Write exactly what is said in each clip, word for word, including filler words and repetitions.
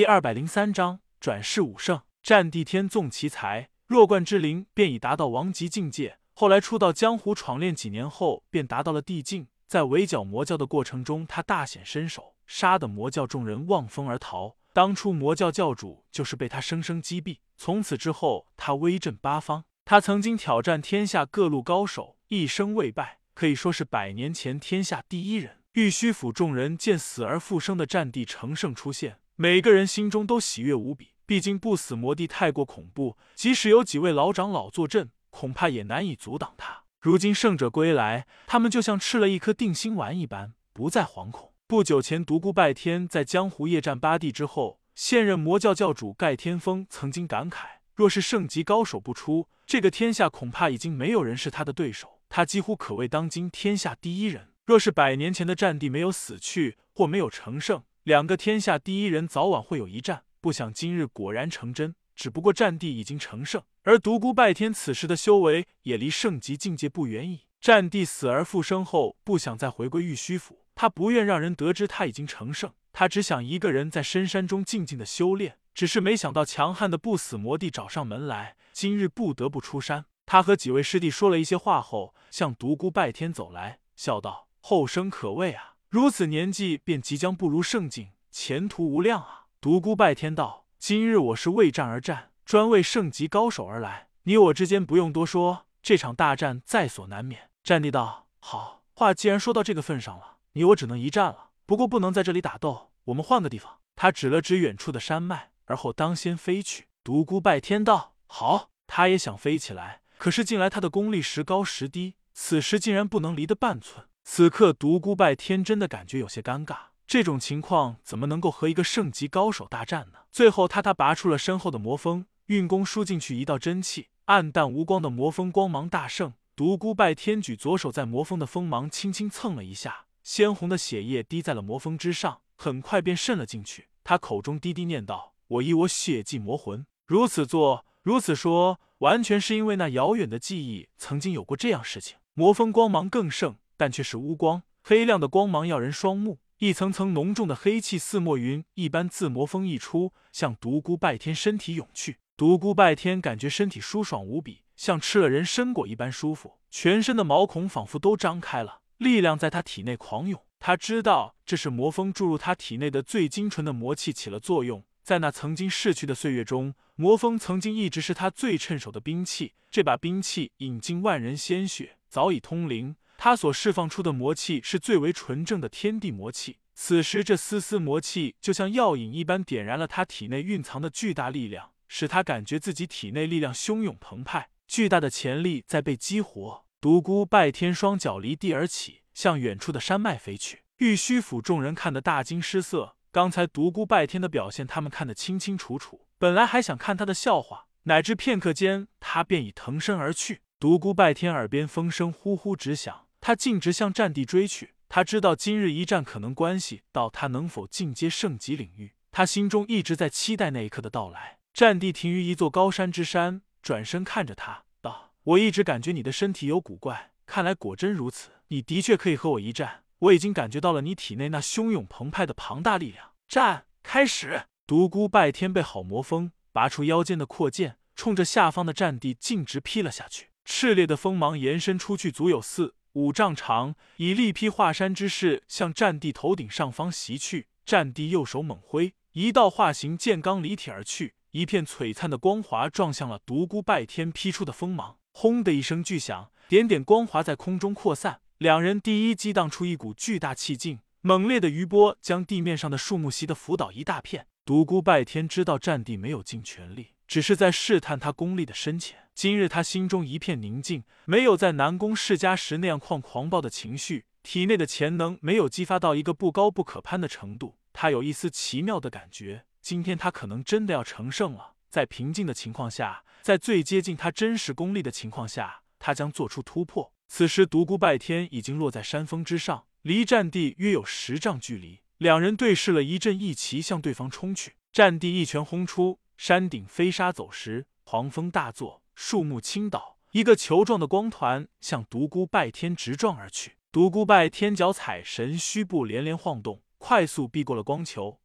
第二百零三章转世武圣。战帝天纵奇才，弱冠之龄便已达到王级境界。后来出道江湖闯练几年后，便达到了地境。在围剿魔教的过程中，他大显身手，杀得魔教众人望风而逃。当初魔教教主就是被他生生击毙。从此之后，他威震八方。他曾经挑战天下各路高手，一生未败，可以说是百年前天下第一人。玉虚府众人见死而复生的战帝乘胜出现，每个人心中都喜悦无比。毕竟不死魔帝太过恐怖，即使有几位老长老坐镇，恐怕也难以阻挡他。如今圣者归来，他们就像吃了一颗定心丸一般，不再惶恐。不久前，独孤拜天在江湖夜战八帝之后，现任魔教教主盖天风曾经感慨，若是圣级高手不出，这个天下恐怕已经没有人是他的对手。他几乎可谓当今天下第一人。若是百年前的战帝没有死去，或没有成圣，两个天下第一人早晚会有一战。不想今日果然成真，只不过战帝已经成圣，而独孤拜天此时的修为也离圣级境界不远矣。战帝死而复生后，不想再回归玉虚府，他不愿让人得知他已经成圣，他只想一个人在深山中静静的修炼。只是没想到强悍的不死魔帝找上门来，今日不得不出山。他和几位师弟说了一些话后，向独孤拜天走来，笑道：“后生可畏啊，如此年纪便即将步入圣境，前途无量啊。”独孤拜天道：“今日我是为战而战，专为圣级高手而来，你我之间不用多说，这场大战在所难免。”战帝道：“好，话既然说到这个份上了，你我只能一战了。不过不能在这里打斗，我们换个地方。”他指了指远处的山脉，而后当先飞去。独孤拜天道：“好。”他也想飞起来，可是近来他的功力时高时低，此时竟然不能离得半寸。此刻独孤拜天真的感觉有些尴尬。这种情况怎么能够和一个圣级高手大战呢？最后他他拔出了身后的魔锋，运功输进去一道真气，暗淡无光的魔锋光芒大盛。独孤拜天举左手在魔锋的锋芒轻轻蹭了一下，鲜红的血液滴在了魔锋之上，很快便渗了进去。他口中低低念道：“我以我血祭魔魂。”如此做，如此说，完全是因为那遥远的记忆曾经有过这样事情。魔锋光芒更盛，但却是乌光，黑亮的光芒耀人双目。一层层浓重的黑气似墨云一般自魔锋一出，向独孤拜天身体涌去。独孤拜天感觉身体舒爽无比，像吃了人参果一般舒服，全身的毛孔仿佛都张开了，力量在他体内狂涌。他知道这是魔锋注入他体内的最精纯的魔气起了作用。在那曾经逝去的岁月中，魔锋曾经一直是他最趁手的兵器。这把兵器引进万人鲜血，早已通灵。他所释放出的魔气是最为纯正的天地魔气，此时这丝丝魔气就像药引一般点燃了他体内蕴藏的巨大力量，使他感觉自己体内力量汹涌澎湃，巨大的潜力在被激活。独孤拜天双脚离地而起，向远处的山脉飞去。玉虚府众人看得大惊失色，刚才独孤拜天的表现他们看得清清楚楚，本来还想看他的笑话，乃至片刻间他便已腾身而去。独孤拜天耳边风声呼呼直响，他径直向战地追去。他知道今日一战可能关系到他能否进阶圣级领域，他心中一直在期待那一刻的到来。战地停于一座高山之山，转身看着他道：“我一直感觉你的身体有古怪，看来果真如此。你的确可以和我一战，我已经感觉到了你体内那汹涌澎湃的庞大力量。战开始！”独孤拜天被好魔锋拔出腰间的阔剑，冲着下方的战地径直劈了下去。炽烈的锋芒延伸出去，足有四五丈长，以力劈华山之势向战地头顶上方袭去。战地右手猛挥，一道化形剑罡离体而去，一片璀璨的光华撞向了独孤拜天劈出的锋芒。轰的一声巨响，点点光华在空中扩散，两人第一激荡出一股巨大气劲，猛烈的余波将地面上的树木袭得浮倒一大片。独孤拜天知道战地没有尽全力，只是在试探他功力的深浅。今日他心中一片宁静，没有在南宫世家时那样狂狂暴的情绪，体内的潜能没有激发到一个不高不可攀的程度。他有一丝奇妙的感觉，今天他可能真的要成圣了。在平静的情况下，在最接近他真实功力的情况下，他将做出突破。此时独孤拜天已经落在山峰之上，离战地约有十丈距离。两人对视了一阵，一齐向对方冲去。战地一拳轰出，山顶飞沙走石，狂风大作，树木倾倒，一个球状的光团向独孤拜天直撞而去。独孤拜天脚踩神虚步连连晃动，快速避过了光球，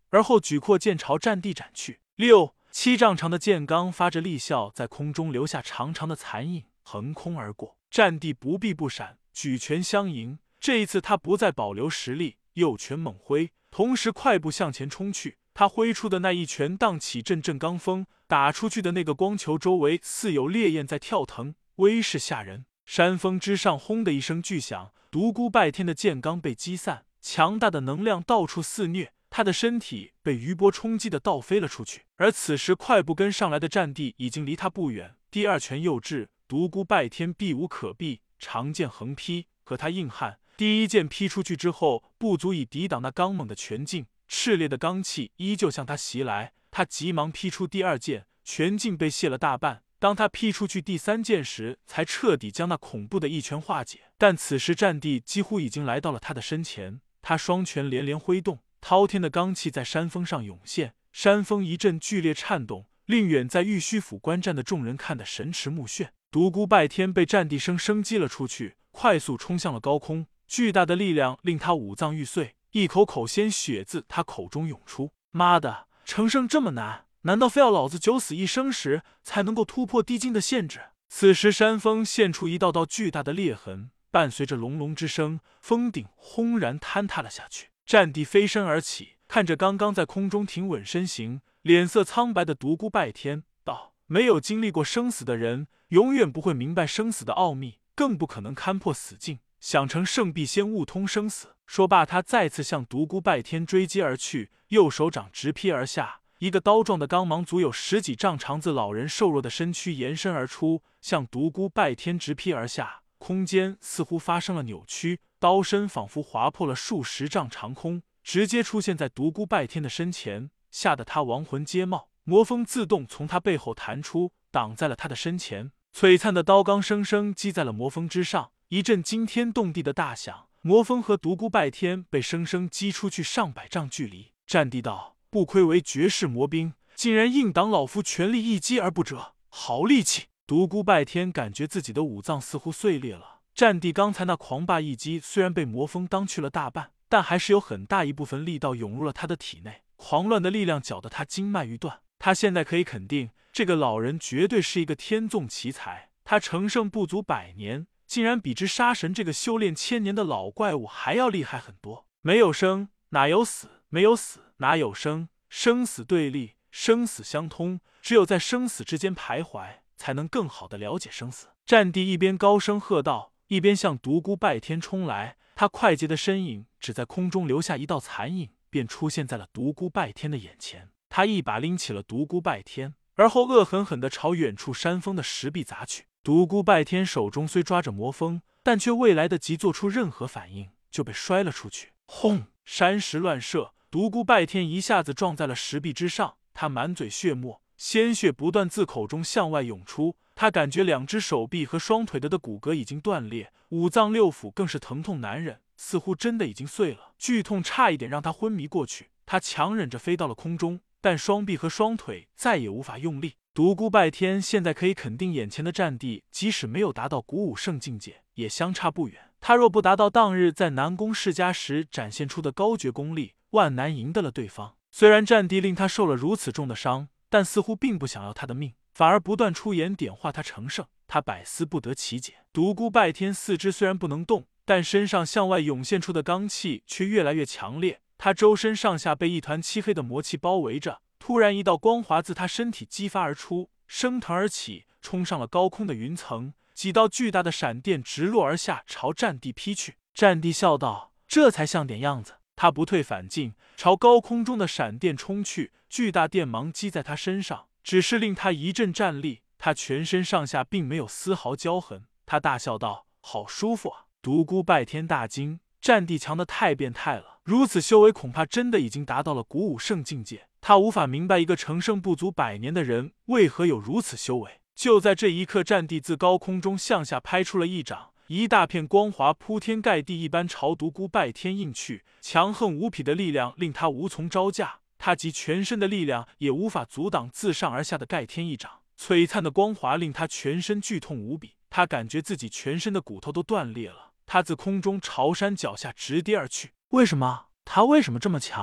而后举阔剑朝战地斩去。六七丈长的剑罡发着厉啸，在空中留下长长的残影，横空而过。战地不避不闪，举拳相迎。这一次他不再保留实力，右拳猛挥，同时快步向前冲去。他挥出的那一拳荡起阵阵罡风，打出去的那个光球周围似有烈焰在跳腾，威势吓人。山峰之上轰的一声巨响，独孤拜天的剑罡被击散，强大的能量到处肆虐，他的身体被余波冲击的倒飞了出去。而此时快步跟上来的战地已经离他不远，第二拳又至，独孤拜天避无可避，长剑横劈，可他硬汉，第一剑劈出去之后不足以抵挡那刚猛的拳劲，炽烈的罡气依旧向他袭来。他急忙劈出第二剑，拳劲被卸了大半。当他劈出去第三剑时，才彻底将那恐怖的一拳化解。但此时战地几乎已经来到了他的身前，他双拳连连挥动，滔天的罡气在山峰上涌现，山峰一阵剧烈颤动，令远在玉虚府观战的众人看得神驰目眩。独孤拜天被战地声生击了出去，快速冲向了高空，巨大的力量令他五脏欲碎，一口口鲜血自他口中涌出。妈的，成圣这么难，难道非要老子九死一生时才能够突破地境的限制？此时山峰现出一道道巨大的裂痕，伴随着隆隆之声，峰顶轰然坍塌了下去。战地飞身而起，看着刚刚在空中停稳身形，脸色苍白的独孤拜天道：没有经历过生死的人，永远不会明白生死的奥秘，更不可能看破死境。想成圣必先悟通生死。说罢，他再次向独孤拜天追击而去，右手掌直劈而下，一个刀状的钢芒足有十几丈长，自老人瘦弱的身躯延伸而出，向独孤拜天直劈而下。空间似乎发生了扭曲，刀身仿佛划破了数十丈长空，直接出现在独孤拜天的身前，吓得他亡魂皆冒。魔风自动从他背后弹出，挡在了他的身前。璀璨的刀钢生生击在了魔风之上，一阵惊天动地的大响，魔风和独孤拜天被生生击出去上百丈距离。战地道：不愧为绝世魔兵，竟然硬挡老夫全力一击而不折，好力气！独孤拜天感觉自己的五脏似乎碎裂了。战地刚才那狂霸一击虽然被魔风当去了大半，但还是有很大一部分力道涌入了他的体内，狂乱的力量搅得他经脉欲断。他现在可以肯定，这个老人绝对是一个天纵奇才。他成圣不足百年，竟然比之杀神这个修炼千年的老怪物还要厉害很多。没有生哪有死，没有死哪有生，生死对立，生死相通，只有在生死之间徘徊，才能更好的了解生死。战地一边高声喝道，一边向独孤拜天冲来。他快捷的身影只在空中留下一道残影，便出现在了独孤拜天的眼前。他一把拎起了独孤拜天，而后恶狠狠地朝远处山峰的石壁砸去。独孤拜天手中虽抓着魔锋，但却未来得及做出任何反应，就被摔了出去。轰！山石乱射，独孤拜天一下子撞在了石壁之上，他满嘴血沫，鲜血不断自口中向外涌出。他感觉两只手臂和双腿的的骨骼已经断裂，五脏六腑更是疼痛难忍，似乎真的已经碎了。剧痛差一点让他昏迷过去，他强忍着飞到了空中，但双臂和双腿再也无法用力。独孤拜天现在可以肯定，眼前的战地即使没有达到古武圣境界，也相差不远。他若不达到当日在南宫世家时展现出的高绝功力，万难赢得了对方。虽然战地令他受了如此重的伤，但似乎并不想要他的命，反而不断出言点化他成圣。他百思不得其解。独孤拜天四肢虽然不能动，但身上向外涌现出的罡气却越来越强烈。他周身上下被一团漆黑的魔气包围着，突然一道光华自他身体激发而出，升腾而起，冲上了高空的云层。几道巨大的闪电直落而下，朝战地劈去。战地笑道：这才像点样子。他不退反进，朝高空中的闪电冲去，巨大电芒击在他身上，只是令他一阵战栗。他全身上下并没有丝毫焦痕。他大笑道：好舒服啊！独孤拜天大惊，战地强得太变态了，如此修为恐怕真的已经达到了古武圣境界。他无法明白一个成圣不足百年的人为何有如此修为。就在这一刻，战地自高空中向下拍出了一掌，一大片光华铺天盖地一般朝独孤拜天映去，强横无匹的力量令他无从招架，他集全身的力量也无法阻挡自上而下的盖天一掌。璀璨的光华令他全身剧痛无比，他感觉自己全身的骨头都断裂了。他自空中朝山脚下直跌而去。为什么？他为什么这么强？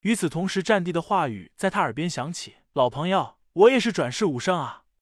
与此同时，战帝的话语在他耳边响起：“老朋友，我也是转世武圣啊。”